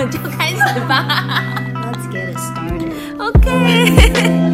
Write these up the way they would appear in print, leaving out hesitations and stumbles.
们就开始吧。 Let's get it started. OK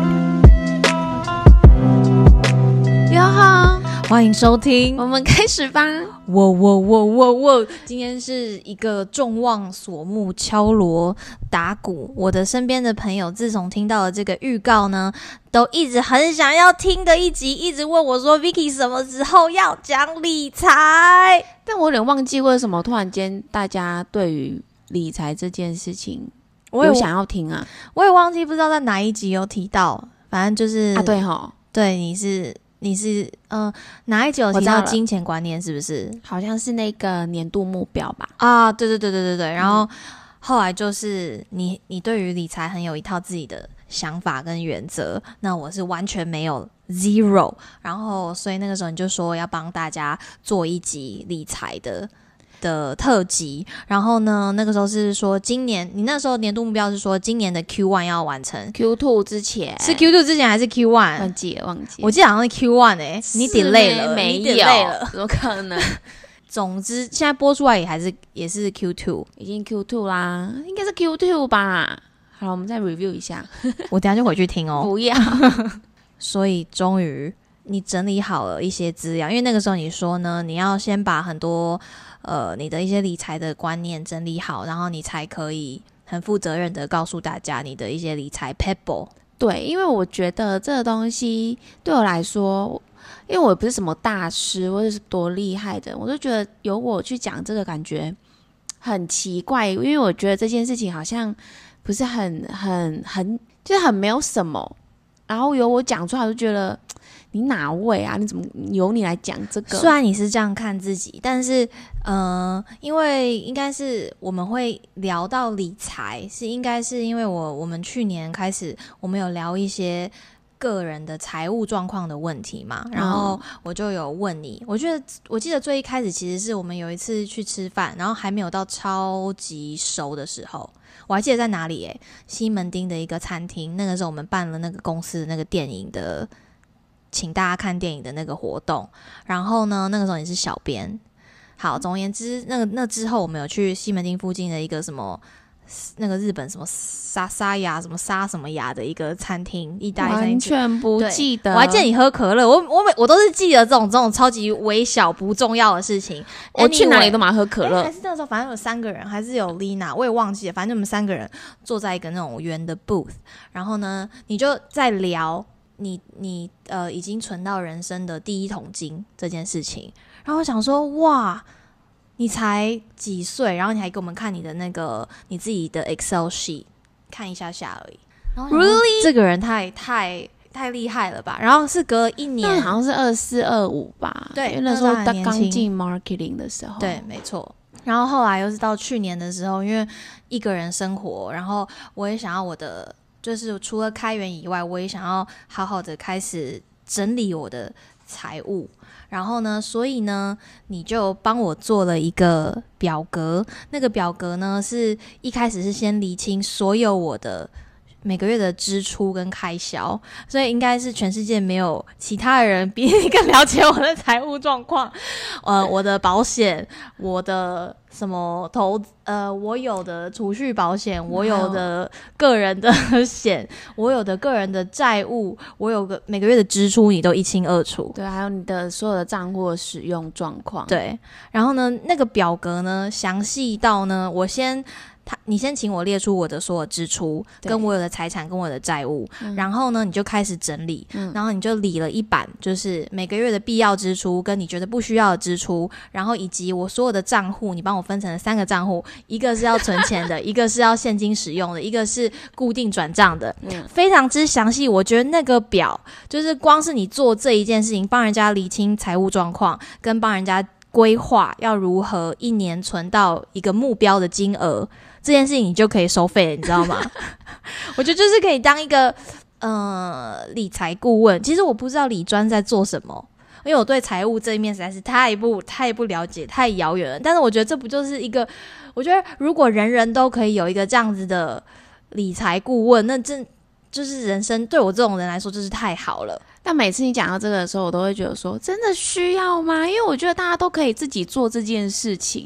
你好， 欢迎收听。 我们开始吧。 哇！今天是一个众望所目、敲锣打鼓。我的身边的朋友，自从听到了这个预告呢，都一直很想要听的一集，一直问我说 ：“Vicky 什么时候要讲理财？” 但我有点忘记为什么突然间大家对于理财这件事情有想要听啊。 我也忘记不知道在哪一集有提到，反正就是对齁， 对，你是哪一集有提到金钱观念？是不是？ 好像是那个年度目标吧？ 啊，对。然后后来就是你对于理财很有一套自己的想法跟原则，那我是完全没有 zero。然后所以那个时候你就说要帮大家做一集理财的特辑，然后呢，那个时候是说今年你那时候年度目标是说今年的 Q1 要完成 ，Q2 之前是 Q2 之前还是 Q1？ 忘记了， 我记得好像是 Q1 你 delay 了， 没有， 你 delay 了， 怎么可能？ 总之现在播出来也是 Q2， 已经 Q2 啦，应该是 Q2 吧。好，我们再 review 一下， 我等一下就回去听哦。 不要。 所以终于你整理好了一些资料，因为那个时候你说呢，你要先把很多你的一些理财的观念整理好，然后你才可以很负责任的告诉大家你的一些理财 pebble。 对，因为我觉得这个东西对我来说，因为我不是什么大师或者是多厉害的，我就觉得由我去讲这个感觉很奇怪，因为我觉得这件事情好像不是很就是很没有什么，然后由我讲出来，我就觉得你哪位啊？你怎么由你来讲这个？ 虽然你是这样看自己，但是因为应该是我们会聊到理财，应该是因为我们去年开始，我们有聊一些个人的财务状况的问题嘛，然后我就有问你，我记得最一开始其实是我们有一次去吃饭，然后还没有到超级熟的时候，我还记得在哪里西门町的一个餐厅，那个时候我们办了那个公司的那个电影的请大家看电影的那个活动，然后呢，那个时候你是小编。好，总而言之，那之后我们有去西门町附近的一个什么那个日本什么沙雅什么沙什么雅的一个餐厅，意大利餐厅， 完全不记得。 我还记得你喝可乐，我都是记得这种超级微小不重要的事情。 我去哪里都蛮喝可乐， 还是那时候反正有3个人，还是有 Lina， 我也忘记了，反正我们3个人坐在一个那种圆的 booth， 然后呢，你就在聊你已经存到人生的第一桶金这件事情，然后我想说哇，你才几岁，然后你还给我们看你的那个你自己的 Excel sheet 看一下而已，然后 Really？ 这个人太厉害了吧，然后是隔1年， 那好像是24、25吧， 对， 因为那时候他刚进 marketing 的时候， 对，没错。然后后来又是到去年的时候，因为一个人生活，然后我也想要我的就是除了开源以外，我也想要好好的开始整理我的财务。然后呢，所以呢，你就帮我做了一个表格。那个表格呢，是一开始是先厘清所有我的每个月的支出跟开销，所以应该是全世界没有其他人比你更了解我的财务状况。我的保险，我的什么我有的储蓄保险，我有的个人的险，我有的个人的债务，我有个每个月的支出，你都一清二楚。 对，还有你的所有的账户的使用状况。 对，然后呢，那个表格呢，详细到呢，你先请我列出我的所有支出，跟我有的财产，跟我的债务，然后呢，你就开始整理，然后你就理了一版，就是每个月的必要支出，跟你觉得不需要的支出，然后以及我所有的账户，你帮我分成了3个账户，一个是要存钱的，一个是要现金使用的，一个是固定转账的，非常之详细。我觉得那个表就是光是你做这一件事情，帮人家厘清财务状况，跟帮人家规划要如何1年存到一个目标的金额，这件事情你就可以收费了，你知道吗？我觉得就是可以当一个理财顾问。其实我不知道理专在做什么，因为我对财务这一面实在是太不了解，太遥远了。但是我觉得这不就是一个，我觉得如果人人都可以有一个这样子的理财顾问，那这就是人生对我这种人来说就是太好了。 但每次你讲到这个的时候，我都会觉得说，真的需要吗？因为我觉得大家都可以自己做这件事情。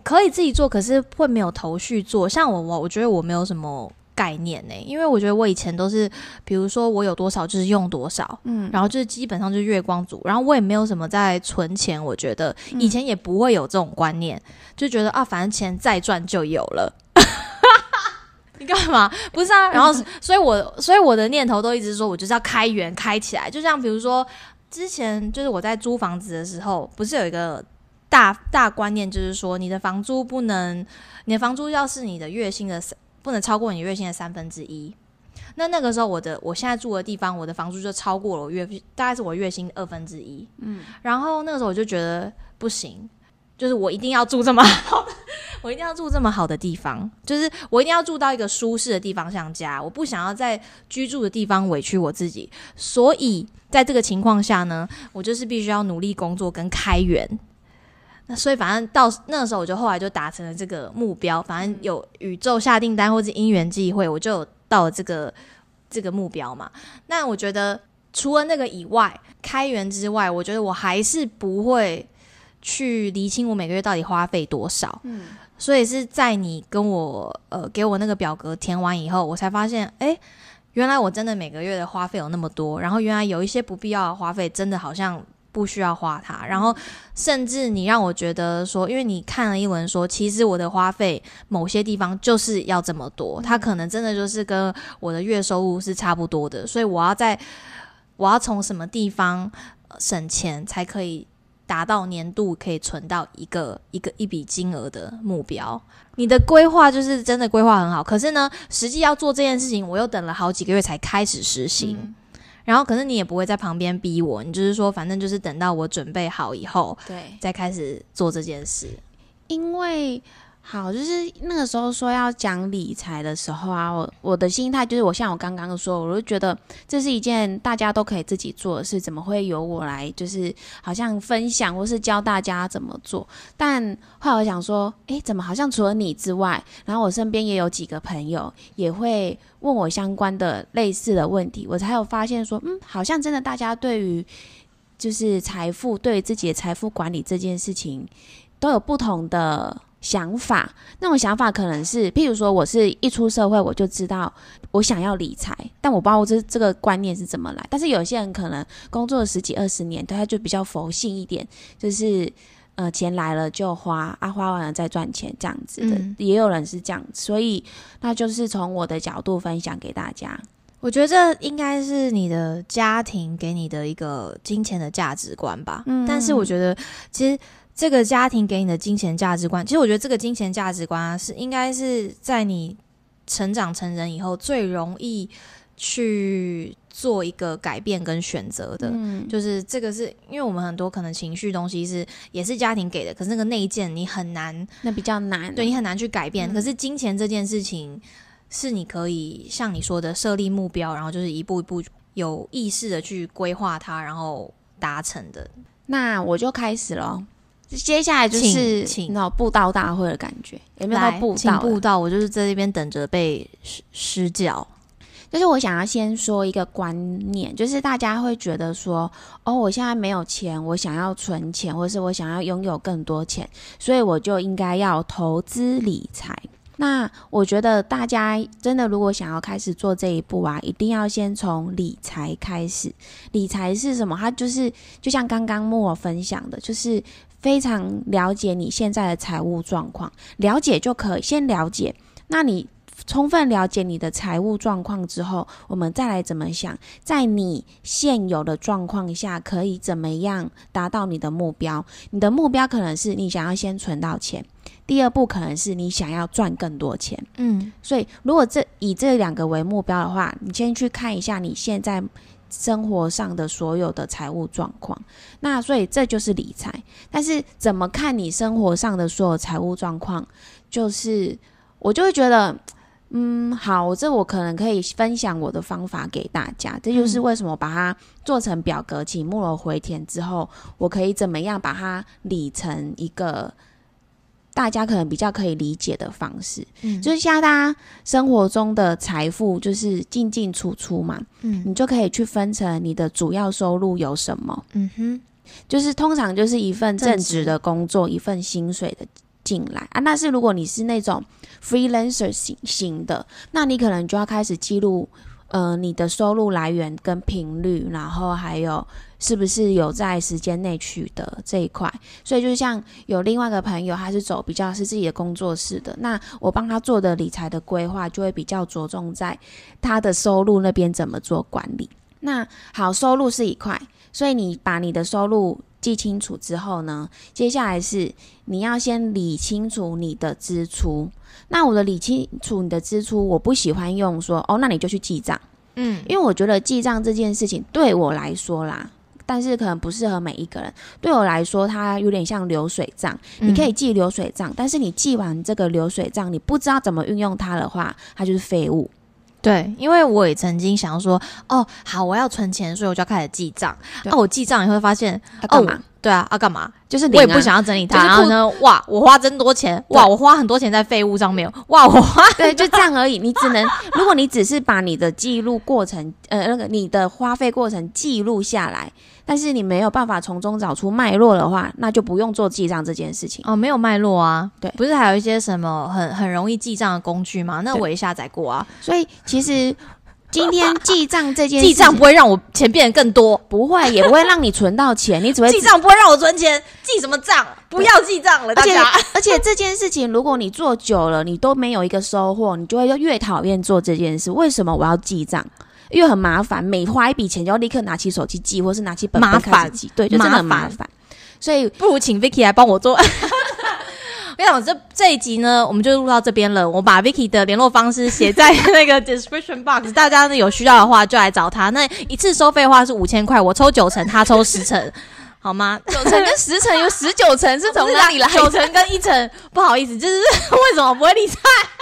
可以自己做，可是会没有头绪做。像我觉得我没有什么概念呢、因为我觉得我以前都是，比如说我有多少就是用多少，然后就是基本上就是月光族，然后我也没有什么在存钱，我觉得以前也不会有这种观念，就觉得啊，反正钱再赚就有了。你干嘛？不是啊，然后所以我的念头都一直说我就是要开源开起来，就像比如说之前就是我在租房子的时候，不是有一个大观念，就是说你的房租要是你的月薪的不能超过你月薪的1/3。那个时候我现在住的地方，我的房租就超过了大概是我月薪1/2。然后那个时候我就觉得不行，就是我一定要住这么好的，我一定要住这么好的地方，就是我一定要住到一个舒适的地方像家，我不想要在居住的地方委屈我自己。所以在这个情况下呢，我就是必须要努力工作跟开源。那所以反正到那个时候，我就后来就达成了这个目标。反正有宇宙下订单或是因缘际会，我就有到了这个目标嘛。那我觉得除了那个以外，开源之外，我觉得我还是不会去厘清我每个月到底花费多少。所以是在你跟我给我那个表格填完以后，我才发现，原来我真的每个月的花费有那么多，然后原来有一些不必要的花费真的好像不需要花它，然后甚至你让我觉得说，因为你看了一轮说，其实我的花费某些地方就是要这么多，它可能真的就是跟我的月收入是差不多的，所以我要从什么地方省钱才可以达到年度可以存到一笔金额的目标。你的规划就是真的规划很好，可是呢，实际要做这件事情，我又等了好几个月才开始实行。然后可是你也不会在旁边逼我，你就是说反正就是等到我准备好以后，对，再开始做这件事。 因为好，就是那个时候说要讲理财的时候啊，我的心态就是像我刚刚说，我就觉得这是一件大家都可以自己做的事，怎么会由我来就是好像分享或是教大家怎么做？但后来我想说，怎么好像除了你之外，然后我身边也有几个朋友也会问我相关的类似的问题，我才有发现说，好像真的大家对于就是财富，对于自己的财富管理这件事情都有不同的想法。那种想法可能是譬如说我是一出社会我就知道我想要理财，但我不知道我这个观念是怎么来。但是有些人可能工作了10几20年，对他就比较佛系一点，就是钱来了就花啊，花完了再赚钱这样子的，也有人是这样子。所以那就是从我的角度分享给大家。 我觉得这应该是你的家庭给你的一个金钱的价值观吧。但是我觉得其实这个家庭给你的金钱价值观，其实我觉得这个金钱价值观是应该是在你成长成人以后最容易去做一个改变跟选择的。就是这个是因为我们很多可能情绪东西也是家庭给的，可是那个内建你很难， 那比较难， 对，你很难去改变。可是金钱这件事情是你可以像你说的设立目标，然后就是一步一步有意识的去规划它，然后达成的。 那我就开始咯。接下来就是那布道大会的感觉，有没有到布道？ 请布道，我就是在这边等着被施教。 就是我想要先说一个观念，就是大家会觉得说，我现在没有钱，我想要存钱，或是我想要拥有更多钱，所以我就应该要投资理财。那我觉得大家真的如果想要开始做这一步啊，一定要先从理财开始。理财是什么？它就是就像刚刚木偶分享的，就是非常了解你现在的财务状况，了解就可以，先了解。那你充分了解你的财务状况之后，我们再来怎么想，在你现有的状况下可以怎么样达到你的目标。你的目标可能是你想要先存到钱，第二步可能是你想要赚更多钱。所以如果以这两个为目标的话，你先去看一下你现在生活上的所有的财务状况，那所以这就是理财。但是怎么看你生活上的所有财务状况，就是我就会觉得好，这我可能可以分享我的方法给大家。这就是为什么把它做成表格，请木楼回填之后，我可以怎么样把它理成一个大家可能比较可以理解的方式。就是现在大家生活中的财富就是进进出出嘛，你就可以去分成你的主要收入有什么。就是通常就是一份正职的工作，一份薪水的进来啊。但是如果你是那种 freelancer 型的，那你可能就要开始记录你的收入来源跟频率，然后还有是不是有在时间内取得这一块。所以就像有另外一个朋友，他是走比较是自己的工作室的，那我帮他做的理财的规划就会比较着重在他的收入那边怎么做管理。那好，收入是一块，所以你把你的收入记清楚之后呢，接下来是你要先理清楚你的支出。那我的理清楚你的支出，我不喜欢用说那你就去记账，因为我觉得记账这件事情对我来说啦，但是可能不适合每一个人。对我来说，它有点像流水账，你可以记流水账，但是你记完这个流水账，你不知道怎么运用它的话，它就是废物。 对，因为我也曾经想说，好，我要存钱，所以我就要开始记账。我记账你会发现， 干嘛？ 对啊，干嘛？ 就是我也不想要整理它，然后呢，哇，我花真多钱，哇，我花很多钱在废物上面，哇，我花对，就这样而已。你只能，如果你只是把你的记录过程，你的花费过程记录下来，但是你没有办法从中找出脉络的话，那就不用做记账这件事情。 没有脉络啊。 对， 不是还有一些什么很容易记账的工具吗？那我也下载过啊。 所以其实今天记账这件事， 记账不会让我钱变得更多， 不会，也不会让你存到钱，你只会记账不会让我存钱，记什么账？不要记账了，大家。 而且这件事情，如果你做久了，你都没有一个收获，你就会越讨厌做这件事。为什么我要记账？因为很麻烦，每花一笔钱就要立刻拿起手机记，或是拿起本本开始记，对，就真的很麻烦。所以不如请 Vicky 来帮我做。我跟你讲，这一集呢，我们就录到这边了。我把 Vicky 的联络方式写在那个 description box， 大家呢有需要的话就来找他。那一次收费的话是5000块，我抽9成，他抽10成，好吗 ？9成跟10成有19成是从哪里来的？ 9成跟1成，不好意思，就是为什么不会理财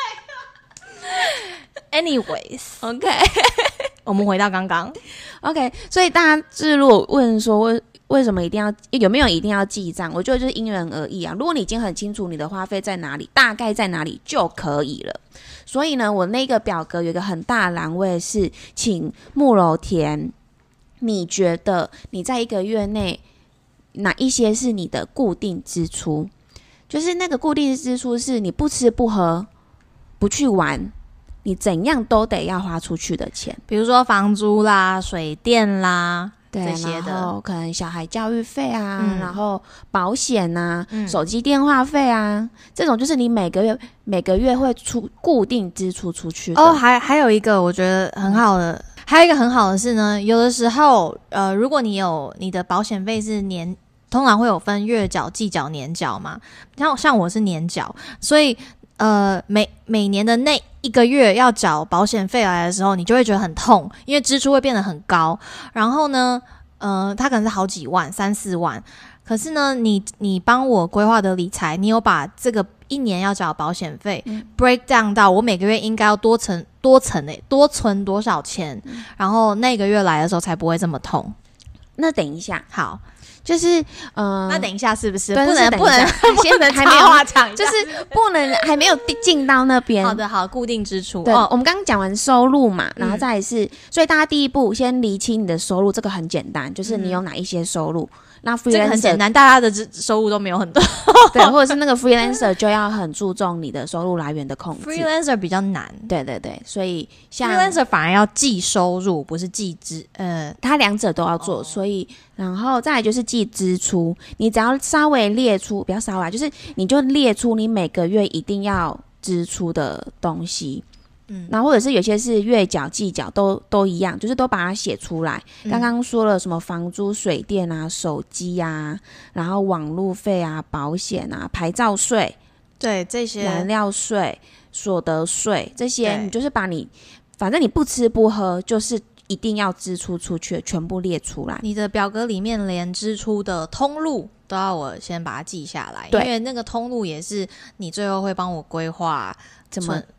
？Anyways， OK， 我们回到刚刚 ，OK， 所以大家就是如果问说为什么有没有一定要记账？我觉得就是因人而异啊。如果你已经很清楚你的花费在哪里，大概在哪里就可以了。所以呢，我那个表格有一个很大的栏位是请慕柔填，你觉得你在1个月内哪一些是你的固定支出？就是那个固定支出是你不吃不喝不去玩，你怎样都得要花出去的钱， 比如说房租啦、水电啦。 对， 这些的， 然后可能小孩教育费啊，然后保险啊，手机电话费啊，这种就是你每个月会固定支出出去的。 还有一个我觉得很好的，还有一个很好的是呢，有的时候如果你的保险费是通常会有分月缴、季缴、年缴嘛，像我是年缴，所以每年的那1个月要缴保险费来的时候，你就会觉得很痛，因为支出会变得很高。然后呢，它可能是好几万、3、4万。可是呢，你帮我规划的理财，你有把这个1年要缴保险费break down 到我每个月应该要多存多少钱，然后那个月来的时候才不会这么痛。 那等一下， 好。 就是那等一下是不是不能现在还没有就是不能还没有进到那边。 好的，好，固定支出。 对，我们刚刚讲完收入嘛，然后再来是，所以大家第一步先厘清你的收入，这个很简单，就是你有哪一些收入。那 freelancer 这个很简单，大家的收入都没有很多。 对，或者是那个 freelancer 就要很注重你的收入来源的控制。 freelancer 比较难。 对对对，所以像 freelancer 反而要记收入，不是记他两者都要做，所以然后再来就是记支出，你只要稍微列出，不要稍微，就是你就列出你每个月一定要支出的东西。然后或者是有些是月缴、季缴都一样，就是都把它写出来。刚刚说了什么房租、水电啊、手机啊，然后网路费啊、保险啊、牌照税， 对这些燃料税、所得税这些，你就是把反正你不吃不喝，就是一定要支出出去，全部列出来。 你的表格里面连支出的通路都要我先把它记下来，因为那个通路也是你最后会帮我规划怎么对。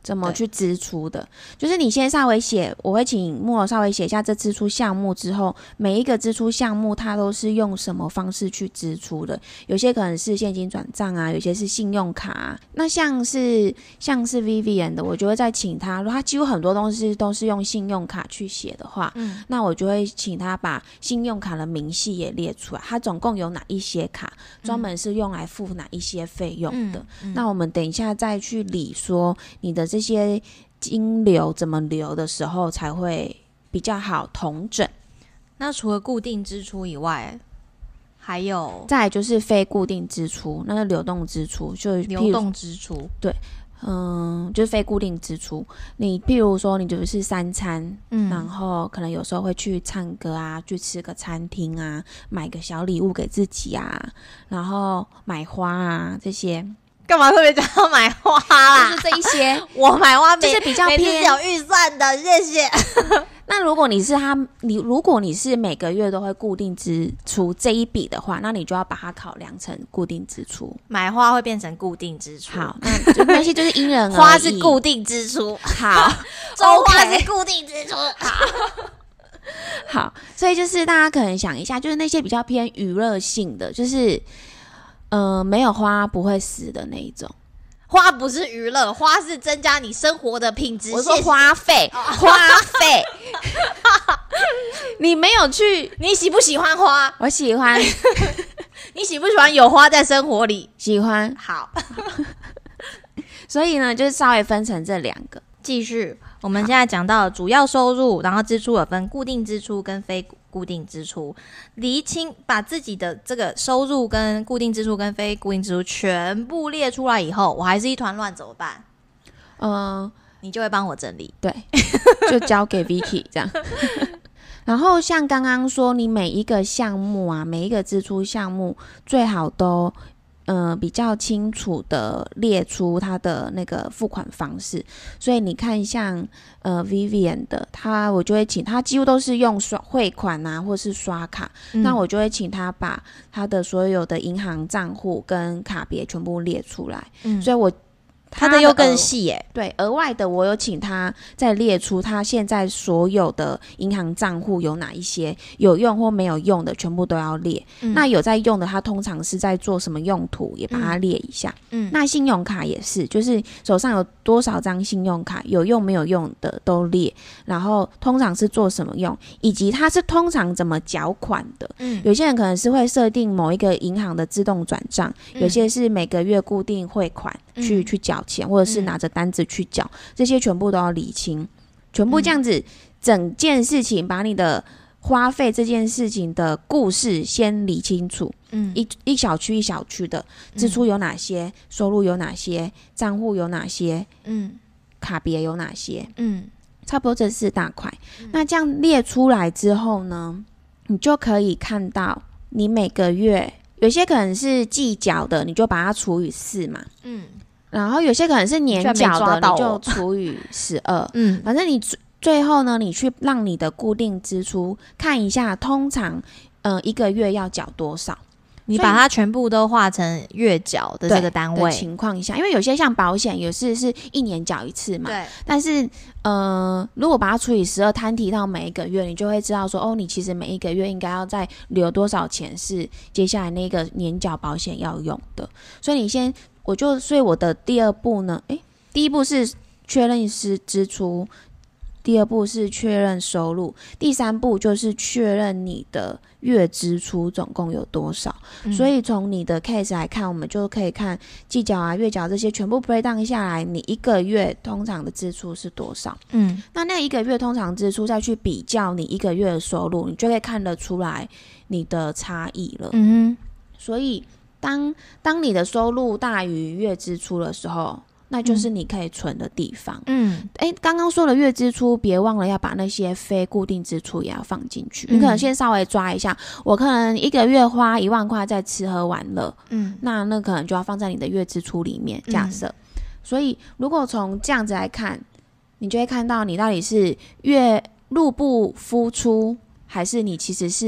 怎么去支出的，就是你先稍微写，我会请木偶稍微写一下这支出项目之后，每一个支出项目它都是用什么方式去支出的，有些可能是现金转账啊，有些是信用卡啊。那像是 Vivian 的，我就会再请他，如果他几乎很多东西都是用信用卡去写的话，那我就会请他把信用卡的明细也列出来，他总共有哪一些卡专门是用来付哪一些费用的。那我们等一下再去理说你的这些金流怎么流的时候才会比较好统整。 那除了固定支出以外，还有再来就是非固定支出，那个流动支出，就流动支出， 对，就是非固定支出。你譬如说你就是3餐，然后可能有时候会去唱歌啊，去吃个餐厅啊，买个小礼物给自己啊，然后买花啊这些。 干嘛特别讲要买花啦？ 就是这一些， 我买花就是比较偏有预算的，谢谢。 那如果你是每个月都会固定支出这一笔的话，那你就要把它考量成固定支出。 买花会变成固定支出。 好，那没关系，就是因人而异。 花是固定支出。 好， 周花是固定支出。 好，所以就是大家可能想一下，就是那些比较偏娱乐性的，就是没有花不会死的那一种。 花不是娱乐，花是增加你生活的品质。 我说花费，花费。你没有去， 你喜不喜欢花？ 我喜欢。 你喜不喜欢有花在生活里？ 喜欢。 好。 所以呢，就是稍微分成这2个。 继续，我们现在讲到主要收入，然后支出有分固定支出跟非固定支出，厘清把自己的这个收入跟固定支出跟非固定支出全部列出来以后，我还是一团乱怎么办？你就会帮我整理， 对，就交给 Vicky 这样。然后像刚刚说，你每一个项目啊，每一个支出项目最好都比较清楚的列出它的那个付款方式。所以你看像Vivian 的，我就会请他几乎都是用汇款啊或是刷卡，那我就会请他把他的所有的银行账户跟卡别全部列出来。所以他的又更细耶。 对，额外的我有请他再列出他现在所有的银行账户有哪一些有用或没有用的，全部都要列。那有在用的，他通常是在做什么用途，也把它列一下。那信用卡也是，就是手上有多少张信用卡，有用没有用的都列，然后通常是做什么用，以及它是通常怎么缴款的。有些人可能是会设定某一个银行的自动转账，有些是每个月固定汇款去缴钱，或者是拿着单子去缴，这些全部都要理清，全部这样子，整件事情把你的花费这件事情的故事先理清楚。一小区一小区的支出有哪些，收入有哪些，账户有哪些，卡别有哪些，差不多这4大块。那这样列出来之后呢，你就可以看到你每个月有些可能是季缴的，你就把它除以4嘛。然后有些可能是年缴的，你就除以12。反正你最后呢，你去让你的固定支出看一下，通常一个月要缴多少。 你把它全部都划成月缴的这个单位情况下，因为有些像保险，有些是1年缴1次嘛。 对。 但是如果把它除以12，摊提到每一个月，你就会知道说，你其实每一个月应该要再留多少钱是接下来那个年缴保险要用的。所以所以我的第2步呢，第1步是确认支出，第2步是确认收入，第3步就是确认你的月支出总共有多少。所以从你的 case 来看，我们就可以看季缴啊、月缴这些全部 break down 下来，你一个月通常的支出是多少。那一个月通常支出再去比较你一个月的收入，你就可以看得出来你的差异了。所以当你的收入大于月支出的时候，那就是你可以存的地方。刚刚说了月支出，别忘了要把那些非固定支出也要放进去。你可能先稍微抓一下，我可能一个月花1万块在吃喝玩乐，那可能就要放在你的月支出里面。假设，所以如果从这样子来看，你就会看到你到底是月入不敷出，还是你其实是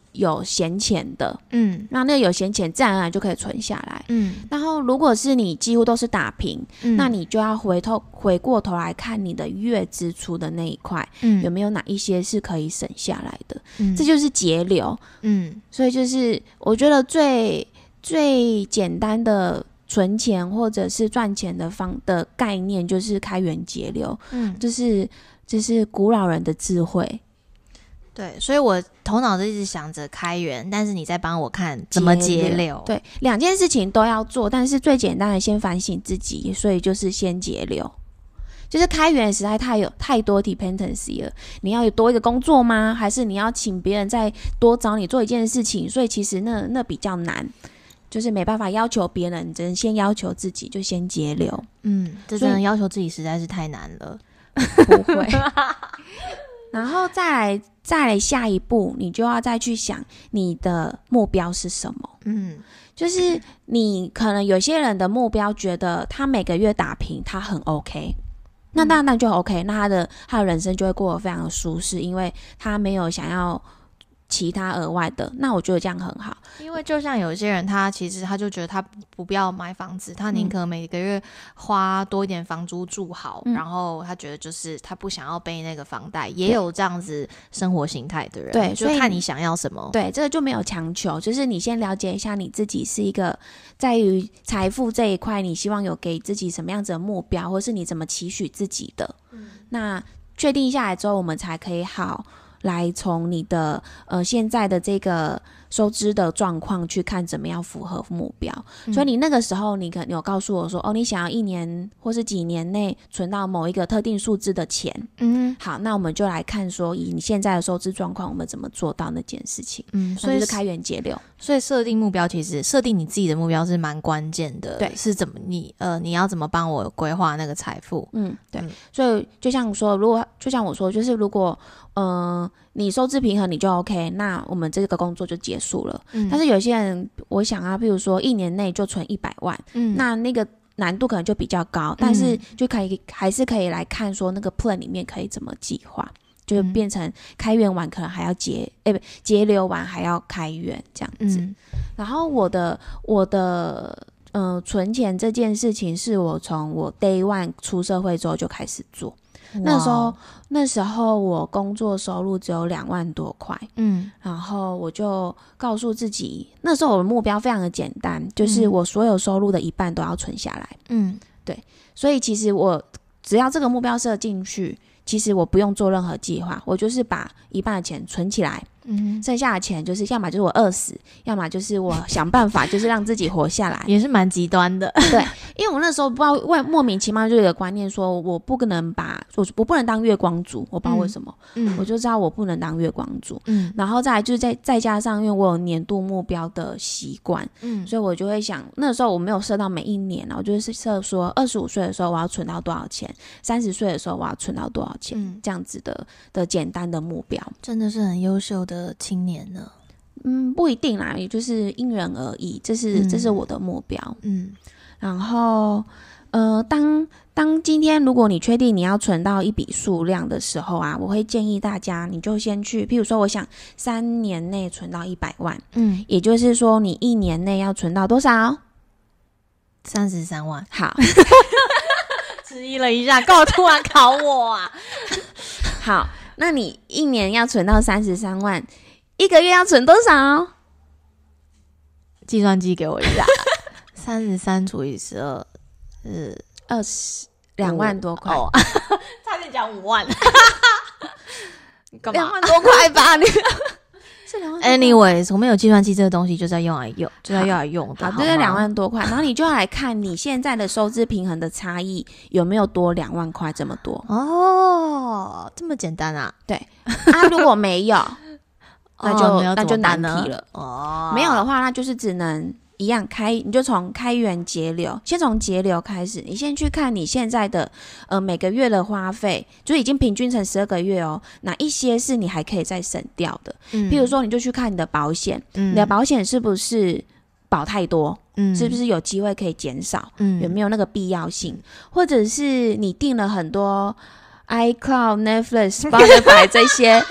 有闲钱的，那有闲钱自然而然就可以存下来，然后如果是你几乎都是打平，那你就要回过头来看你的月支出的那一块，有没有哪一些是可以省下来的，这就是节流，所以就是我觉得最简单的存钱或者是赚钱的概念就是开源节流，就是古老人的智慧。 对，所以我头脑就一直想着开源，但是你在帮我看怎么节流。 对，两件事情都要做，但是最简单的先反省自己，所以就是先节流。就是开源实在太多 dependency 了，你要有多一个工作吗？还是你要请别人再多找你做一件事情？所以其实那比较难，就是没办法要求别人，只能先要求自己，就先节流。 这真的要求自己实在是太难了。 不会。然后再来下一步，你就要再去想你的目标是什么。就是你可能有些人的目标觉得他每个月打平他很 OK， 那当然就 OK， 那他的人生就会过得非常的舒适，因为他没有想要其他额外的，那我觉得这样很好。 因为就像有些人他其实他就觉得他不要买房子，他宁可每个月花多一点房租住好，然后他觉得就是他不想要背那个房贷，也有这样子生活形态的人。 对， 就看你想要什么。 对，这个就没有强求，就是你先了解一下你自己是一个在于财富这一块你希望有给自己什么样子的目标，或是你怎么期许自己的，那确定下来之后我们才可以好来从你的现在的这个收支的状况去看怎么样符合目标，所以你那个时候你可能有告诉我说你想要1年或是几年内存到某一个特定数字的钱，好，那我们就来看说以你现在的收支状况我们怎么做到那件事情，所以就是开源节流。 所以设定目标，其实设定你自己的目标是蛮关键的。 对， 是怎么你要怎么帮我规划那个财富？ 对，所以就像我说，就是如果你收支平衡你就 OK， 那我们这个工作就结束了。但是有些人我想譬如说1年内就存100万，那个难度可能就比较高，但是就还是可以来看说那个 plan 里面可以怎么计划。就变成开源完可能还要节流完还要开源这样子。然后我的存钱这件事情是我从我 day one 出社会之后就开始做。那时候我工作收入只有2万多块，然后我就告诉自己，那时候我的目标非常的简单，就是我所有收入的一半都要存下来。对，所以其实我只要这个目标设进去，其实我不用做任何计划，我就是把一半的钱存起来，剩下的钱就是要么就是我饿死，要么就是我想办法就是让自己活下来。 也是蛮极端的。 对，因为我那时候不知道莫名其妙就有一个观念说我不能当月光族，我不知道为什么，我就知道我不能当月光族。然后再来就是再加上因为我有年度目标的习惯，所以我就会想，那时候我没有设到每一年，我就是设说25岁的时候我要存到多少钱，30岁的时候我要存到多少钱，这样子的简单的目标。 真的是很优秀的青年呢。 不一定啦，也就是因人而异，这是我的目标。然后当今天如果你确定你要存到一笔数量的时候我会建议大家你就先去，譬如说我想3年内存到100万，也就是说你1年内要存到多少 ？33万。 好。 迟疑了一下，干嘛突然考我啊？ 好，那你1年要存到33万，1个月要存多少？ 计算机给我一下。33除以12是 2万多块。 差点讲5万。 干嘛？2万多块吧？你是2万多块。 Anyways， 我们有计算机这个东西就是要用来用，就要用来用的。 好，这是2万多块，然后你就要来看你现在的收支平衡的差异有没有多2万块这么多。 这么简单啊？ 对如果没有，那就难题了。没有的话，那就是只能一样你就从开源节流，先从节流开始。你先去看你现在的每个月的花费，就已经平均成12个月哪一些是你还可以再省掉的？譬如说，你就去看你的保险，你的保险是不是保太多？是不是有机会可以减少？有没有那个必要性？或者是你订了很多 iCloud、Netflix、Spotify 这些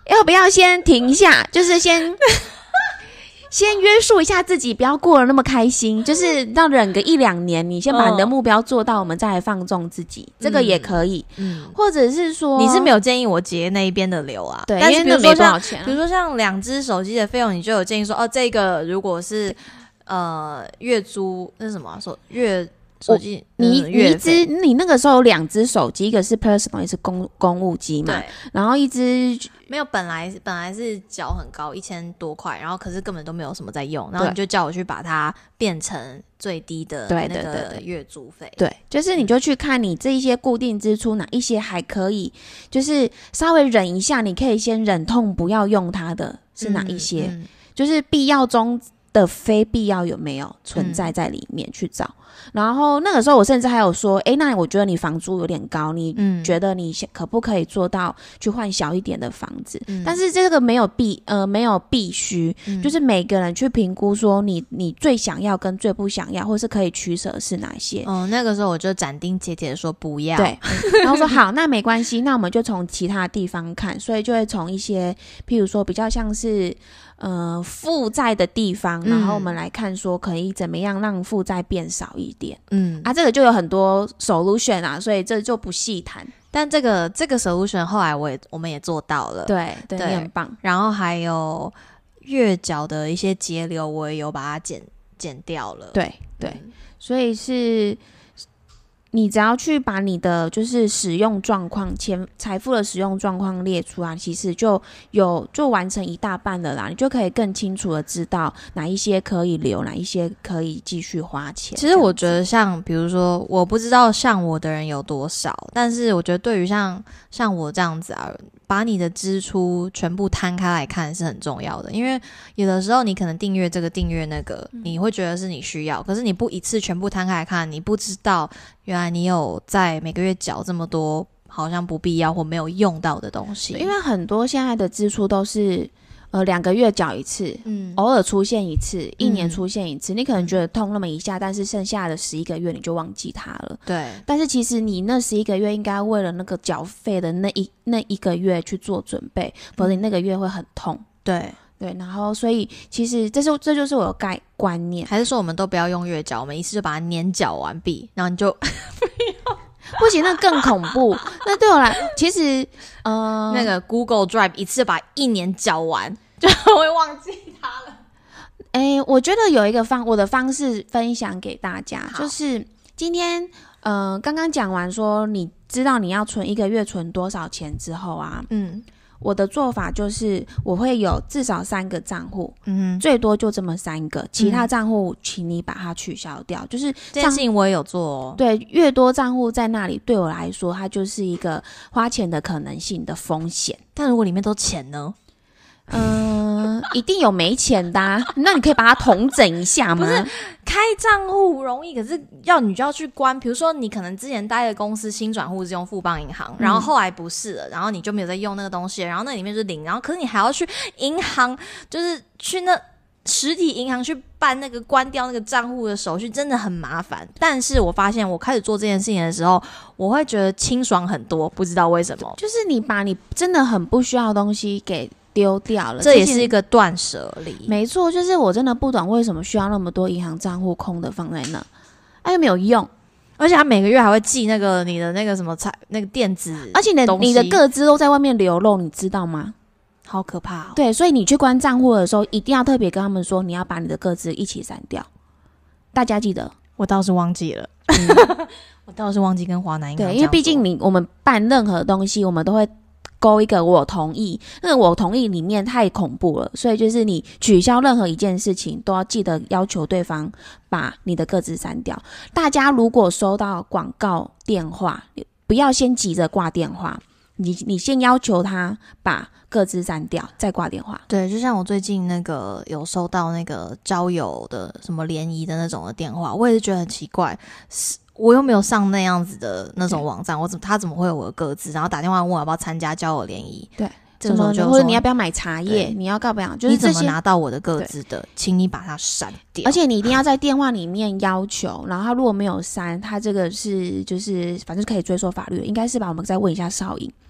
要不要先停一下？就是先约束一下自己，不要过得那么开心，就是要忍个1-2年，你先把你的目标做到，我们再来放纵自己，这个也可以。或者是说， 你是没有建议我结那一边的流啊？ 对， 但是因为那没多少钱啊。 比如说像2只手机的费用，你就有建议说，这个如果是月租，那是什么啊？说月手机， 你那个时候有2只手机，一个是 personal， 一个是公务机嘛，然后一只没有，本来是缴很高1000多块，然后可是根本都没有什么在用，然后你就叫我去把它变成最低的那个月租费。 对，就是你就去看你这一些固定支出哪一些还可以，就是稍微忍一下，你可以先忍痛不要用它的是哪一些，就是必要中的非必要有没有存在在里面去找。然后那个时候我甚至还有说，那我觉得你房租有点高，你觉得你可不可以做到去换小一点的房子？但是这个没有必须，就是每个人去评估说你最想要跟最不想要，或是可以取舍是哪些。 那个时候我就斩钉截铁的说不要。 对，然后说好，那没关系，那我们就从其他地方看，所以就会从一些譬如说比较像是负债的地方，然后我们来看说可以怎么样让负债变少一点。这个就有很多 solution 啊，所以这就不细谈。 但这个 solution 后来我们也做到了。 对，你很棒。 然后还有月缴的一些节流，我也有把它减掉了。 对，所以是你只要去把你的就是使用状况、财富的使用状况列出来，其实就完成一大半了啦。你就可以更清楚的知道哪一些可以留，哪一些可以继续花钱。 其实我觉得像比如说，我不知道像我的人有多少，但是我觉得对于像我这样子啊，把你的支出全部摊开来看是很重要的。因为有的时候你可能订阅这个订阅那个，你会觉得是你需要，可是你不一次全部摊开来看，你不知道原来你有在每个月缴这么多好像不必要或没有用到的东西。 因为很多现在的支出都是2个月缴一次，偶尔出现一次，1年出现一次，你可能觉得痛那么一下，但是剩下的11个月你就忘记它了。 对， 但是其实你那11个月应该为了那个缴费的那一个月去做准备，否则你那个月会很痛。 对， 然后所以其实这就是我的观念。 还是说我们都不要用月缴，我们一次就把它年缴完毕，然后你就不行，那更恐怖。那对我来，其实那个 Google Drive 一次把1年缴完，就会忘记它了。 我觉得有一个我的方式分享给大家，就是今天刚刚讲完说你知道你要存1个月存多少钱之后啊，我的做法就是我会有至少3个账户，最多就这么3个，其他账户请你把它取消掉。就是这件事情我也有做哦。 对，越多账户在那里，对我来说，它就是一个花钱的可能性的风险。 但如果里面都钱呢？ 一定有没钱的啊，那你可以把它统整一下吗？ 不是，开账户容易，可是你就要去关。比如说你可能之前待的公司新转户是用富邦银行，然后后来不是了，然后你就没有在用那个东西，然后那里面就是零，然后可是你还要去银行，就是去那实体银行去办那个关掉那个账户的手续，真的很麻烦。但是我发现我开始做这件事情的时候，我会觉得清爽很多，不知道为什么。 就是你把你真的很不需要的东西给丢掉了， 这也是一个断舍离。 没错，就是我真的不懂为什么需要那么多银行账户空的放在那，又没有用， 而且他每个月还会寄那个你的那个什么那个电子， 而且你的个资都在外面流露，你知道吗？ 好可怕哦。 对，所以你去关账户的时候，一定要特别跟他们说，你要把你的个资一起删掉。大家记得？ 我倒是忘记了，我倒是忘记跟华南银行对，因为毕竟我们办任何东西，我们都会勾一个我同意，那个我同意里面太恐怖了，所以就是你取消任何一件事情都要记得要求对方把你的个资删掉。大家如果收到广告电话，不要先急着挂电话，你先要求他把个资删掉再挂电话。 对，就像我最近那个有收到那个交友的什么联谊的那种的电话，我也是觉得很奇怪，我又没有上那样子的那种网站，他怎么会有我的个资？然后打电话问我要不要参加交友联谊？ 对， 这个时候就或者你要不要买茶叶？你要干嘛？就是你怎么拿到我的个资的？请你把它删掉。 而且你一定要在电话里面要求，然后他如果没有删，他这个是就是反正可以追溯法律，应该是吧？我们再问一下少颖。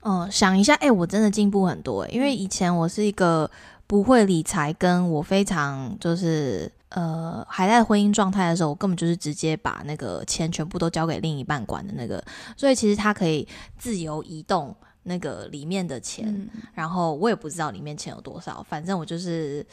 想一下，我真的进步很多因为以前我是一个不会理财，跟我非常就是还在婚姻状态的时候，我根本就是直接把那个钱全部都交给另一半管的那个，所以其实他可以自由移动那个里面的钱，然后我也不知道里面钱有多少，反正我就是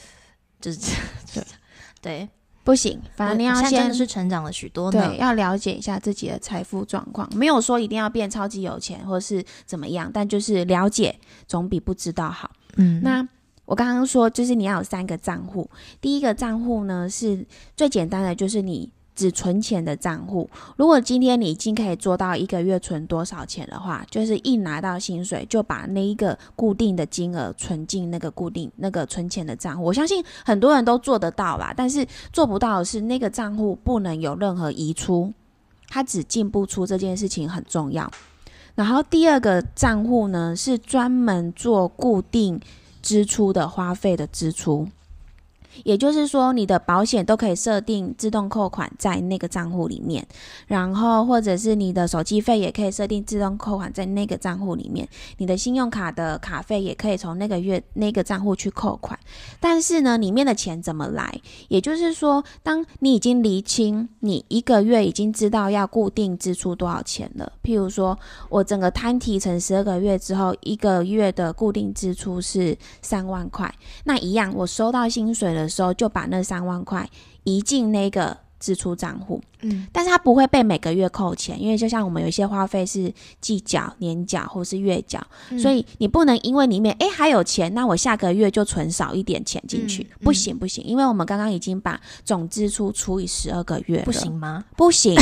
对。 不行，反正你要先真的是成长了许多呢。 对，要了解一下自己的财富状况，没有说一定要变超级有钱或是怎么样，但就是了解总比不知道好。那我刚刚说就是你要有3个账户，第一个账户呢是最简单的，就是你只存钱的账户。如果今天你已经可以做到1个月存多少钱的话，就是一拿到薪水就把那一个固定的金额存进那个固定那个存钱的账户。我相信很多人都做得到啦，但是做不到的是那个账户不能有任何移出，它只进不出，这件事情很重要。然后第2个账户呢是专门做固定支出的花费的支出，也就是说你的保险都可以设定自动扣款在那个账户里面，然后或者是你的手机费也可以设定自动扣款在那个账户里面，你的信用卡的卡费也可以从那个月那个账户去扣款。但是呢，里面的钱怎么来？也就是说，当你已经厘清你1个月已经知道要固定支出多少钱了，譬如说我整个摊提成12个月之后，1个月的固定支出是3万块，那一样我收到薪水的时候就把那3万块移进那个支出账户，但是它不会被每个月扣钱，因为就像我们有一些花费是季缴、年缴或是月缴，所以你不能因为里面还有钱，那我下个月就存少一点钱进去，不行，因为我们刚刚已经把总支出除以12个月了， 不行吗？ 不行。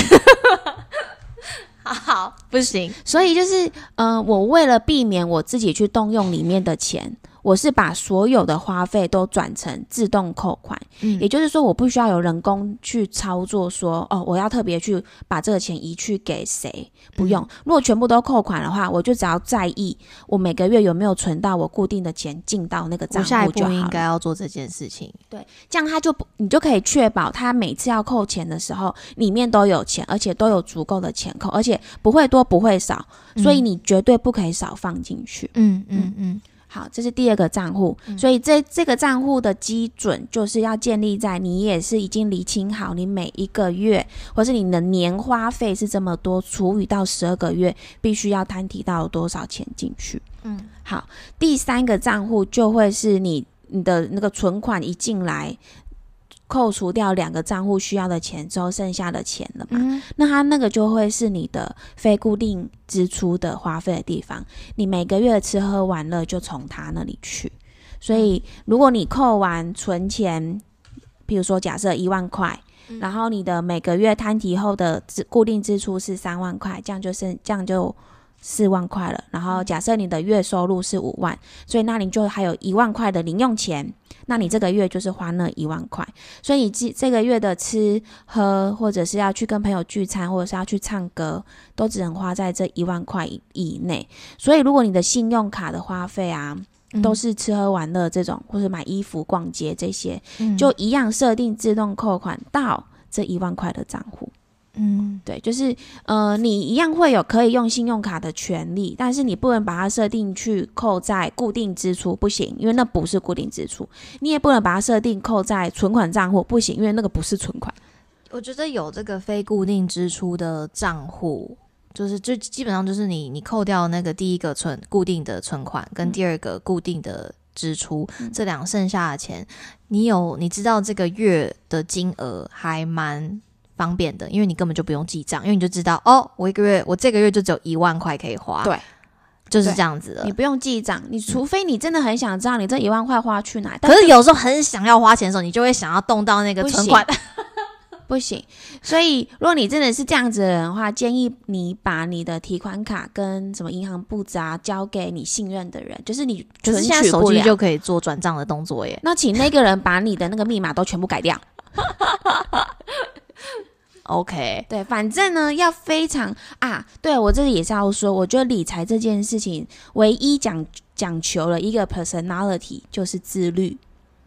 好，不行。 所以就是我为了避免我自己去动用里面的钱，我是把所有的花费都转成自动扣款，也就是说我不需要有人工去操作说我要特别去把这个钱移去给谁，不用。如果全部都扣款的话，我就只要在意我每个月有没有存到我固定的钱进到那个账户就好了。 我下一步应该要做这件事情。 对，这样你就可以确保他每次要扣钱的时候里面都有钱，而且都有足够的钱扣，而且不会多不会少，所以你绝对不可以少放进去。好，这是第2个账户，所以这个账户的基准就是要建立在你也是已经厘清好你每1个月或是你的年花费是这么多，除以到12个月必须要摊提到多少钱进去。好，第3个账户就会是你的那个存款一进来，扣除掉2个账户需要的钱之后剩下的钱了嘛，那它那个就会是你的非固定支出的花费的地方，你每个月吃喝玩乐就从它那里去。所以如果你扣完存钱，比如说假设1万块，然后你的每个月摊提后的固定支出是3万块，这样就4万块了，然后假设你的月收入是5万，所以那你就还有1万块的零用钱，那你这个月就是花那1万块，所以你这个月的吃喝或者是要去跟朋友聚餐或者是要去唱歌都只能花在这1万块以内。所以如果你的信用卡的花费啊都是吃喝玩乐这种，或是买衣服逛街这些，就一样设定自动扣款到这1万块的账户。对，就是你一样会有可以用信用卡的权利，但是你不能把它设定去扣在固定支出，不行，因为那不是固定支出。你也不能把它设定扣在存款账户，不行，因为那个不是存款。 我觉得有这个非固定支出的账户，就基本上就是你扣掉那个第一个固定的存款跟第2个固定的支出，这2剩下的钱，你知道这个月的金额还蛮方便的，因为你根本就不用记账，因为你就知道我这个月就只有1万块可以花， 对， 就是这样子的。 你不用记账，你除非你真的很想知道你这1万块花去哪， 可是有时候很想要花钱的时候，你就会想要动到那个存款， 不行。所以如果你真的是这样子的人的话，建议你把你的提款卡跟什么银行簿子啊交给你信任的人，就是你存取不了，可是现在手机就可以做转账的动作耶。 那请那个人把你的那个密码都全部改掉。 OK， 对，反正呢要非常对，我这里也是要说，我觉得理财这件事情唯一讲求了一个 personality， 就是自律。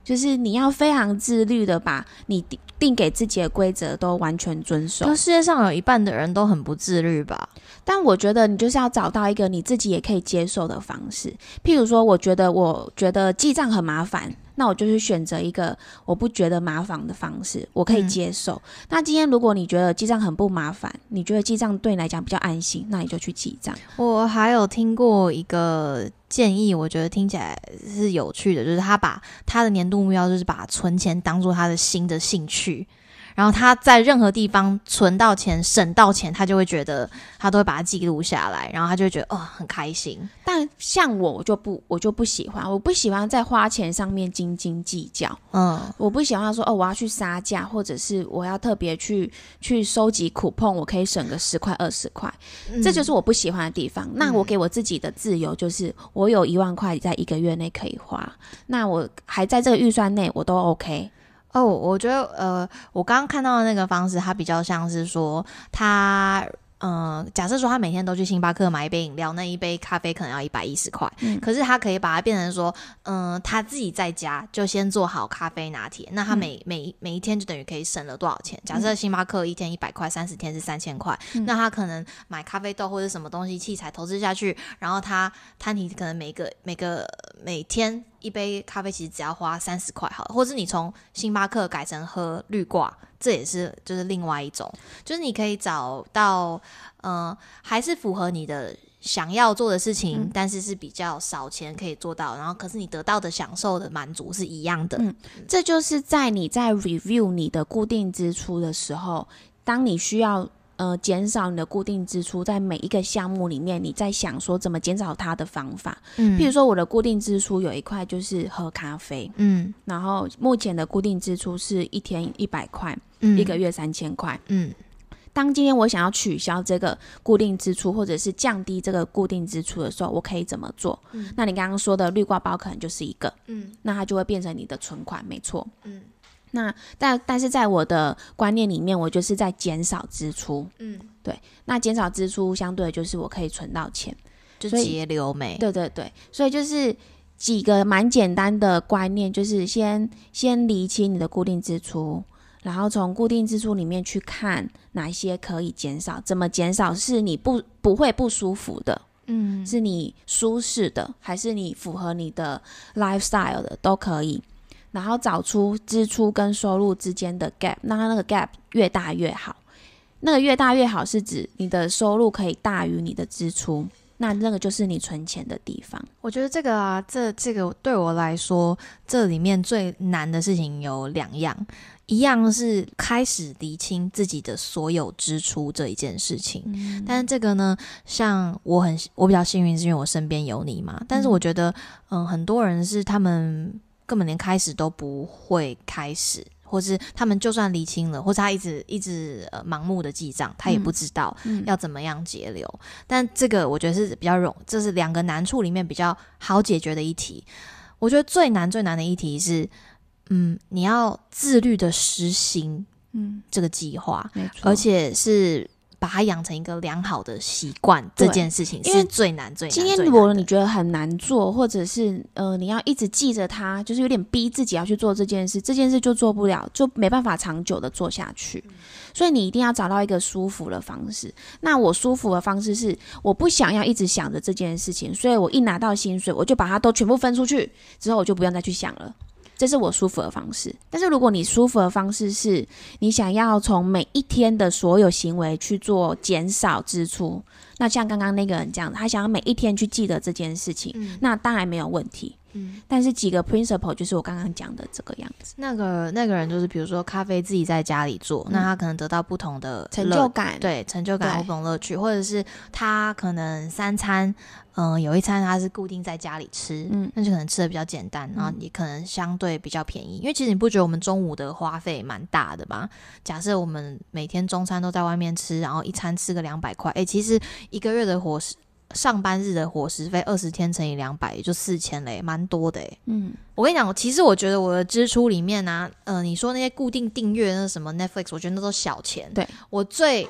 就是你要非常自律的把你定给自己的规则都完全遵守。 可世界上有一半的人都很不自律吧？ 但我觉得你就是要找到一个你自己也可以接受的方式。譬如说，我觉得记账很麻烦，那我就是选择一个我不觉得麻烦的方式，我可以接受。那今天如果你觉得记账很不麻烦，你觉得记账对你来讲比较安心，那你就去记账。 我还有听过一个建议，我觉得听起来是有趣的，就是他把他的年度目标就是把存钱当做他的新的兴趣。然后他在任何地方存到钱、省到钱，他就会觉得他都会把它记录下来，然后他就会觉得很开心。 但像我就不喜欢，我不喜欢在花钱上面斤斤计较。我不喜欢说我要去杀价，或者是我要特别去收集coupon，我可以省个10块20块，这就是我不喜欢的地方。那我给我自己的自由就是我有1万块在1个月内可以花，那我还在这个预算内，我都 OK。 我觉得我刚刚看到的那个方式，它比较像是说他假设说他每天都去星巴克买一杯饮料，那一杯咖啡可能要110块，可是他可以把它变成说他自己在家就先做好咖啡拿铁，那他每一天就等于可以省了多少钱。假设星巴克一天100块，30天是3000块，那他可能买咖啡豆或者什么东西器材投资下去，然后他摊提可能每天一杯咖啡其实只要花30块好了，或是你从星巴克改成喝绿挂，这也是就是另外一种，就是你可以找到还是符合你的想要做的事情，但是是比较少钱可以做到，然后可是你得到的享受的满足是一样的。 这就是你在 review 你的固定支出的时候，当你需要减少你的固定支出，在每一个项目里面，你在想说怎么减少它的方法。譬如说我的固定支出有一块就是喝咖啡，然后目前的固定支出是一天100块，一个月3000块。当今天我想要取消这个固定支出，或者是降低这个固定支出的时候，我可以怎么做？那你刚刚说的绿挂包可能就是一个，那它就会变成你的存款，没错。那但是在我的观念里面，我就是在减少支出。对，那减少支出相对就是我可以存到钱， 就节流没？ 对对对，所以就是几个蛮简单的观念，就是先厘清你的固定支出，然后从固定支出里面去看哪些可以减少，怎么减少是你不会不舒服的，是你舒适的，还是你符合你的 lifestyle 的都可以。然后找出支出跟收入之间的 gap， 那它那个 gap 越大越好。那个越大越好是指你的收入可以大于你的支出，那个就是你存钱的地方。 我觉得这个这个对我来说，这里面最难的事情有2样。一样是开始厘清自己的所有支出这一件事情，但是这个呢，像我比较幸运是因为我身边有你嘛，但是我觉得很多人是他们根本连开始都不会开始，或是他们就算厘清了，或是他一直盲目的记账，他也不知道要怎么样节流。但这个我觉得是比较这是2个难处里面比较好解决的一题。我觉得最难的一题是你要自律的实行这个计划，而且是把它养成一个良好的习惯，这件事情是最难的。 今天如果你觉得很难做，或者是你要一直记着它，就是有点逼自己要去做这件事就做不了，就没办法长久的做下去。所以你一定要找到一个舒服的方式。那我舒服的方式是我不想要一直想着这件事情，所以我一拿到薪水我就把它都全部分出去，之后我就不用再去想了，这是我舒服的方式。但是如果你舒服的方式是你想要从每一天的所有行为去做减少支出，那像刚刚那个人这样，他想要每一天去记得这件事情，那当然没有问题。但是几个 principle 就是我刚刚讲的这个样子。 那个人就是比如说咖啡自己在家里做，那他可能得到不同的成就感， 对，成就感或不同乐趣，或者是他可能3餐有一餐他是固定在家里吃，那就可能吃的比较简单，然后你可能相对比较便宜。因为其实你不觉得我们中午的花费蛮大的吗？假设我们每天中餐都在外面吃，然后一餐吃个200块，其实一个月的上班日的伙食费20天乘以200也就4000嘞，蛮多的我跟你讲，其实我觉得我的支出里面啊，你说那些固定订阅那什么 Netflix， 我觉得那都小钱。 对， 我最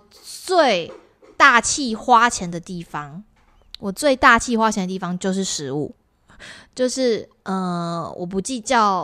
大气花钱的地方，就是食物，就是我不计较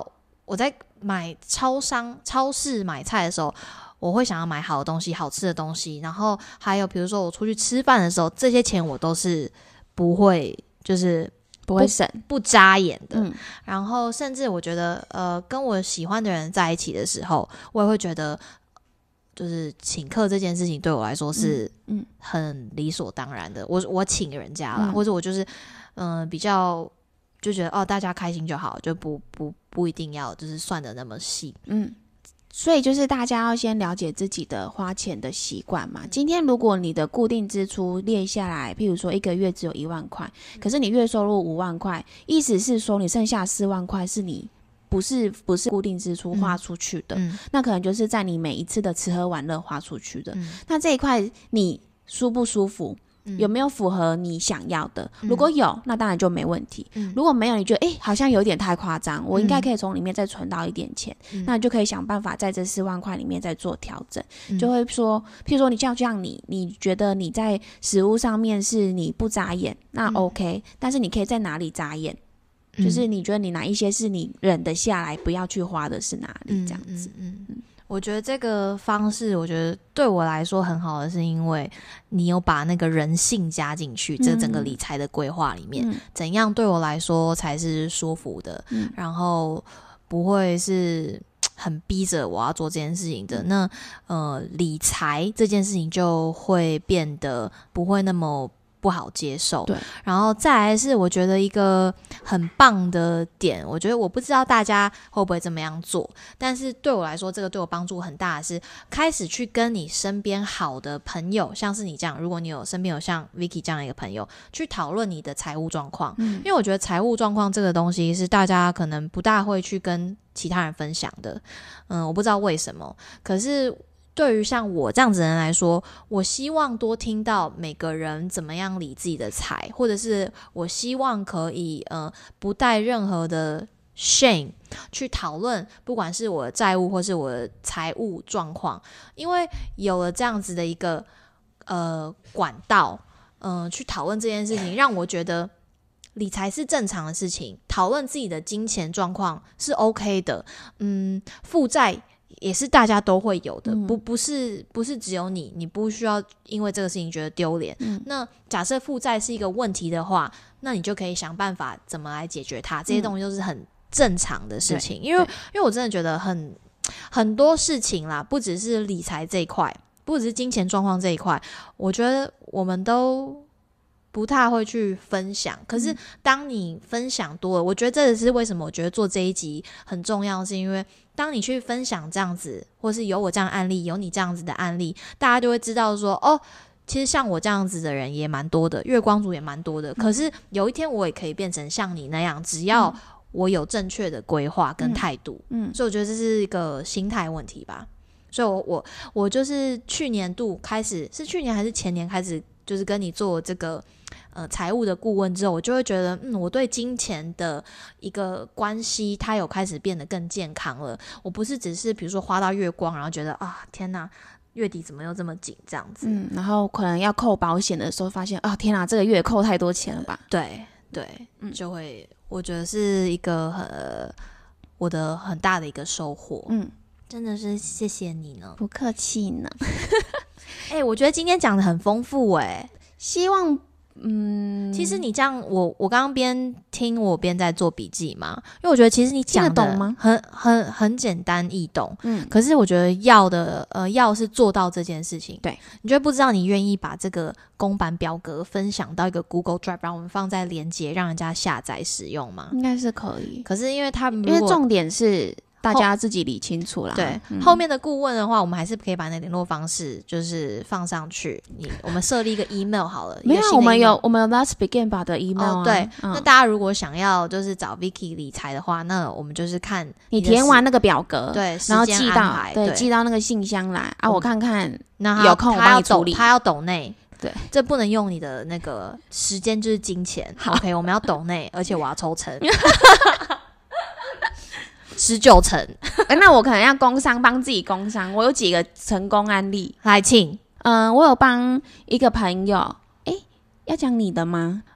我在买超市买菜的时候，我会想要买好的东西，好吃的东西，然后还有比如说我出去吃饭的时候，这些钱我都是不会就是不会省不眨眼的。然后甚至我觉得跟我喜欢的人在一起的时候，我也会觉得就是请客这件事情对我来说是很理所当然的。我请人家啦，或者我就是比较就觉得大家开心就好，就不一定要就是算的那么细。 所以就是大家要先了解自己的花钱的习惯嘛。今天如果你的固定支出列下来，譬如说一个月只有1万块，可是你月收入5万块，意思是说你剩下4万块是你不是固定支出花出去的，那可能就是在你每一次的吃喝玩乐花出去的。那这一块你舒不舒服？有没有符合你想要的？如果有，那当然就没问题。如果没有，你觉得好像有点太夸张，我应该可以从里面再存到一点钱，那你就可以想办法在这4万块里面再做调整。就会说，譬如说你这样你觉得你在食物上面是你不眨眼，那 OK，但是你可以在哪里眨眼？就是你觉得你哪一些是你忍得下来不要去花的是哪里，这样子。 我觉得这个方式我觉得对我来说很好的是因为你有把那个人性加进去这整个理财的规划里面，怎样对我来说才是舒服的，然后不会是很逼着我要做这件事情的，那理财这件事情就会变得不会那么不好接受。 对， 然后再来是我觉得一个很棒的点，我觉得我不知道大家会不会这么样做，但是对我来说这个对我帮助很大的是开始去跟你身边好的朋友，像是你这样，如果你身边有像 Vicky 这样的一个朋友去讨论你的财务状况，因为我觉得财务状况这个东西是大家可能不大会去跟其他人分享的，我不知道为什么，可是对于像我这样子的人来说，我希望多听到每个人怎么样理自己的财，或者是我希望可以不带任何的 shame 去讨论不管是我的债务或是我的财务状况，因为有了这样子的一个管道去讨论这件事情，让我觉得理财是正常的事情，讨论自己的金钱状况是 OK 的，负债也是大家都会有的，不是只有你不需要因为这个事情觉得丢脸。那假设负债是一个问题的话，那你就可以想办法怎么来解决它，这些东西都是很正常的事情。因为我真的觉得很多事情啦，不只是理财这一块，不只是金钱状况这一块，我觉得我们都不太会去分享，可是当你分享多了，我觉得这是为什么我觉得做这一集很重要，是因为当你去分享这样子，或是有我这样的案例，有你这样子的案例，大家就会知道说其实像我这样子的人也蛮多的，月光族也蛮多的，可是有一天我也可以变成像你那样，只要我有正确的规划跟态度，所以我觉得这是一个心态问题吧。所以我就是去年度开始，是去年还是前年开始，就是跟你做这个财务的顾问之后，我就会觉得我对金钱的一个关系它有开始变得更健康了。我不是只是比如说花到月光，然后觉得天哪，月底怎么又这么紧这样子， 然后可能要扣保险的时候发现天哪，这个月扣太多钱了吧。 对，就会我觉得是一个我的很大的一个收获。真的是谢谢你呢。 不客气呢。 我觉得今天讲的很丰富希望其实你这样，我刚刚边听我边在做笔记嘛，因为我觉得其实你讲的听得懂吗？ 很简单易懂，可是我觉得要是做到这件事情， 对， 你就不知道你愿意把这个公版表格分享到一个 Google Drive， 让我们放在连结，让人家下载使用吗？ 应该是可以， 可是因为重点是大家自己理清楚啦。 对，后面的顾问的话，我们还是可以把那联络方式就是放上去。我们设立一个 email 好了。 没有，我们有 Let's Begin 吧的 email 对，那大家如果想要就是找 Vicky 理财的话，那我们就是看你填完那个表格， 对， 然后寄到那个信箱来我看看有空我帮你处理。 他要抖内。 对， 这不能用你的那个时间就是金钱。OK， 我们要抖内，而且我要抽成。19成。 那我可能要帮自己工商，我有几个成功案例。 来，请。 我有帮一个朋友，要讲你的吗？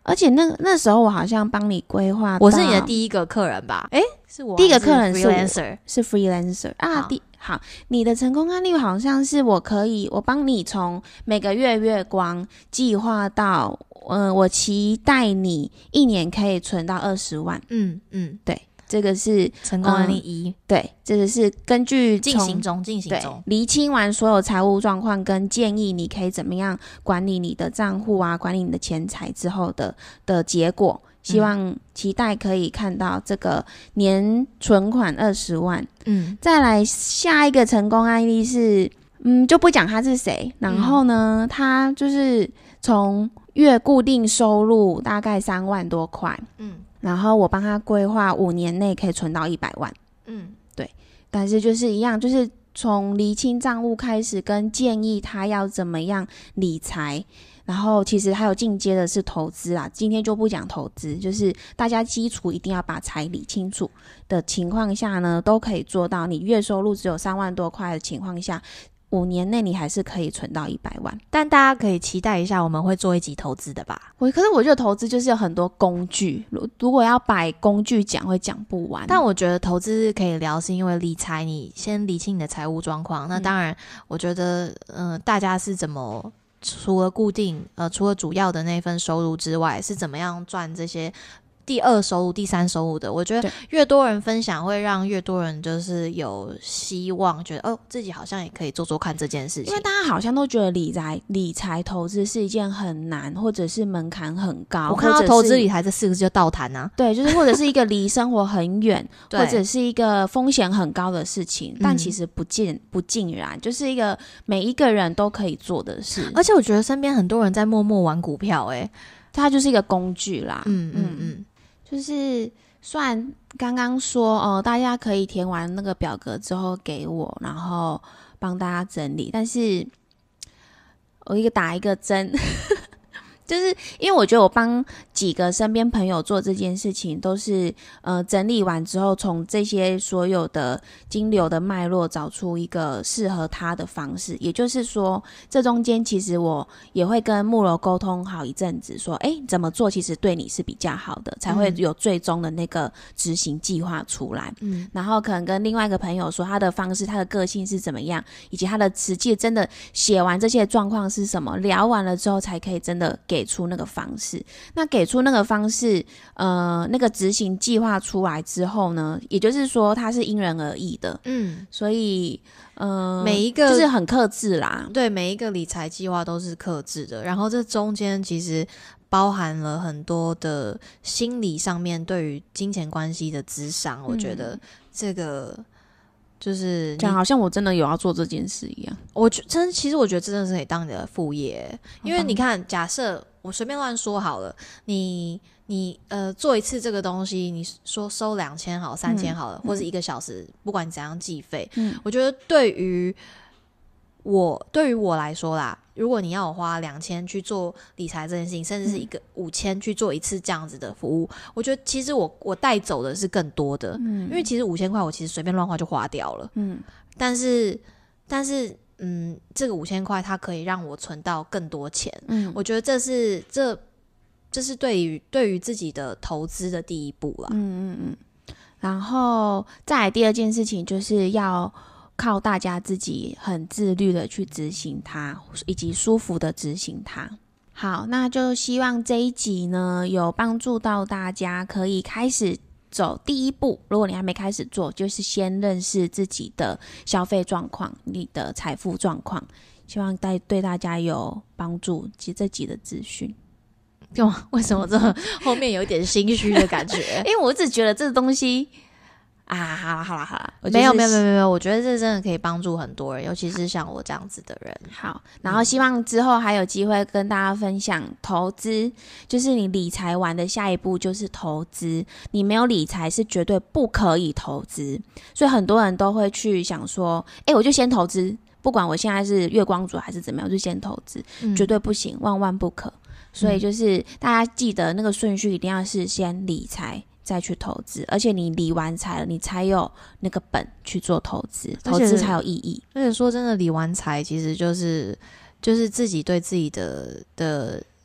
而且那时候我好像帮你规划， 我是你的第一个客人吧？是我第一个客人是 freelancer， 是 freelancer 啊。好，你的成功案例好像是我帮你从每个月光计划到，我期待你1年可以存到20万。对。这个是成功案例1， 对，这个是根据进行中， 厘清完所有财务状况跟建议，你可以怎么样管理你的账户啊，管理你的钱财之后的结果。希望期待可以看到这个年存款20万。再来下一个成功案例是，就不讲他是谁，然后呢，他就是从月固定收入大概3万多块，然后我帮他规划5年内可以存到100万。对，但是就是一样，就是从厘清账务开始，跟建议他要怎么样理财，然后其实还有进阶的是投资啦。今天就不讲投资，就是大家基础一定要把财理清楚的情况下呢，都可以做到。你月收入只有3万多块的情况下，5年内你还是可以存到100万。 但大家可以期待一下，我们会做一集投资的吧？ 可是我觉得投资就是有很多工具，如果要摆工具讲会讲不完。 但我觉得投资可以聊，是因为理财你先理清你的财务状况。那当然我觉得大家是怎么除了主要的那份收入之外，是怎么样赚这些第2收入、第3收入的。我觉得越多人分享，会让越多人就是有希望，觉得自己好像也可以做做看这件事情。 因为大家好像都觉得理财投资是一件很难，或者是门槛很高。 我看到投资理财这4个字就倒弹啊。 对，就是或者是一个离生活很远，或者是一个风险很高的事情，但其实不尽然，就是一个每一个人都可以做的事。 而且我觉得身边很多人在默默玩股票， 它就是一个工具啦。就是虽然刚刚说大家可以填完那个表格之后给我，然后帮大家整理，但是我打一个针就是因为我觉得我帮几个身边朋友做这件事情，都是整理完之后，从这些所有的金流的脉络找出一个适合他的方式。也就是说，这中间其实我也会跟慕柔沟通好一阵子，说怎么做其实对你是比较好的，才会有最终的那个执行计划出来。然后可能跟另外一个朋友说他的方式，他的个性是怎么样，以及他的实际真的写完这些状况是什么，聊完了之后才可以真的给出那个方式。那给出那个方式那个执行计划出来之后呢，也就是说它是因人而异的。所以每一个就是很客制啦。 对，每一个理财计划都是客制的，然后这中间其实包含了很多的心理上面对于金钱关系的咨商。我觉得这个就是讲好像我真的有要做这件事一样。 其实我觉得真的是可以当你的副业，因为你看，假设我随便乱说好了，你做一次这个东西，你说收2000好，3000好了，或者1个小时，不管你怎样计费，我觉得对于我来说啦，如果你要我花2000去做理财这件事情，甚至是一个5000去做一次这样子的服务，我觉得其实我带走的是更多的。因为其实5000块我其实随便乱花就花掉了。但是这个5000块它可以让我存到更多钱。我觉得这是对于自己的投资的第一步啦。 然后再来第2件事情，就是要靠大家自己很自律的去执行它，以及舒服的执行它。好，那就希望这一集呢有帮助到大家，可以开始走第一步。如果你还没开始做，就是先认识自己的消费状况，你的财富状况。希望对大家有帮助。其实这集的资讯为什么这后面有一点心虚的感觉？ 因为我只觉得这东西好啦， 没有，我觉得这真的可以帮助很多人，尤其是像我这样子的人。 好，然后希望之后还有机会跟大家分享投资，就是你理财完的下一步就是投资。你没有理财是绝对不可以投资，所以很多人都会去想说，我就先投资，不管我现在是月光族还是怎么样，我就先投资，绝对不行，万万不可。所以就是大家记得那个顺序一定要是先理财再去投资，而且你理完财了，你才有那个本去做投资，投资才有意义。 而且说真的，理完财其实就是自己对自己的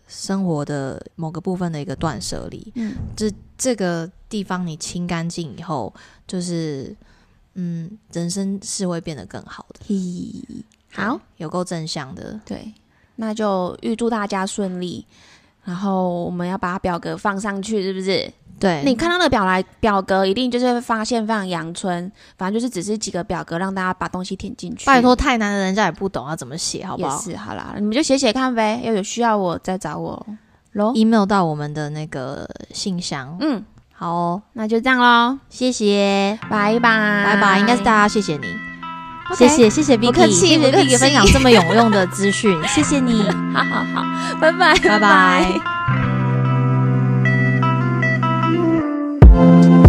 生活的某个部分的一个断舍离。这个地方你清干净以后，就是人生是会变得更好的。 好， 有够正向的。 对，那就预祝大家顺利。然后我们要把表格放上去，是不是？ 对， 你看到的表格一定就是会发现非常阳春，反正就是只是几个表格让大家把东西填进去。 拜托，太难的人家也不懂要怎么写，好不好？ 也是，好啦，你们就写写看呗，要有需要我再找我咯。 email 到我们的那个信箱。好哦， 那就这样咯， 谢谢， 拜拜， 拜拜，应该是大家谢谢你。 Okay, 谢谢 Vicky， 谢谢 Vicky 分享这么有用的资讯，谢谢你。 好，拜拜， 拜拜。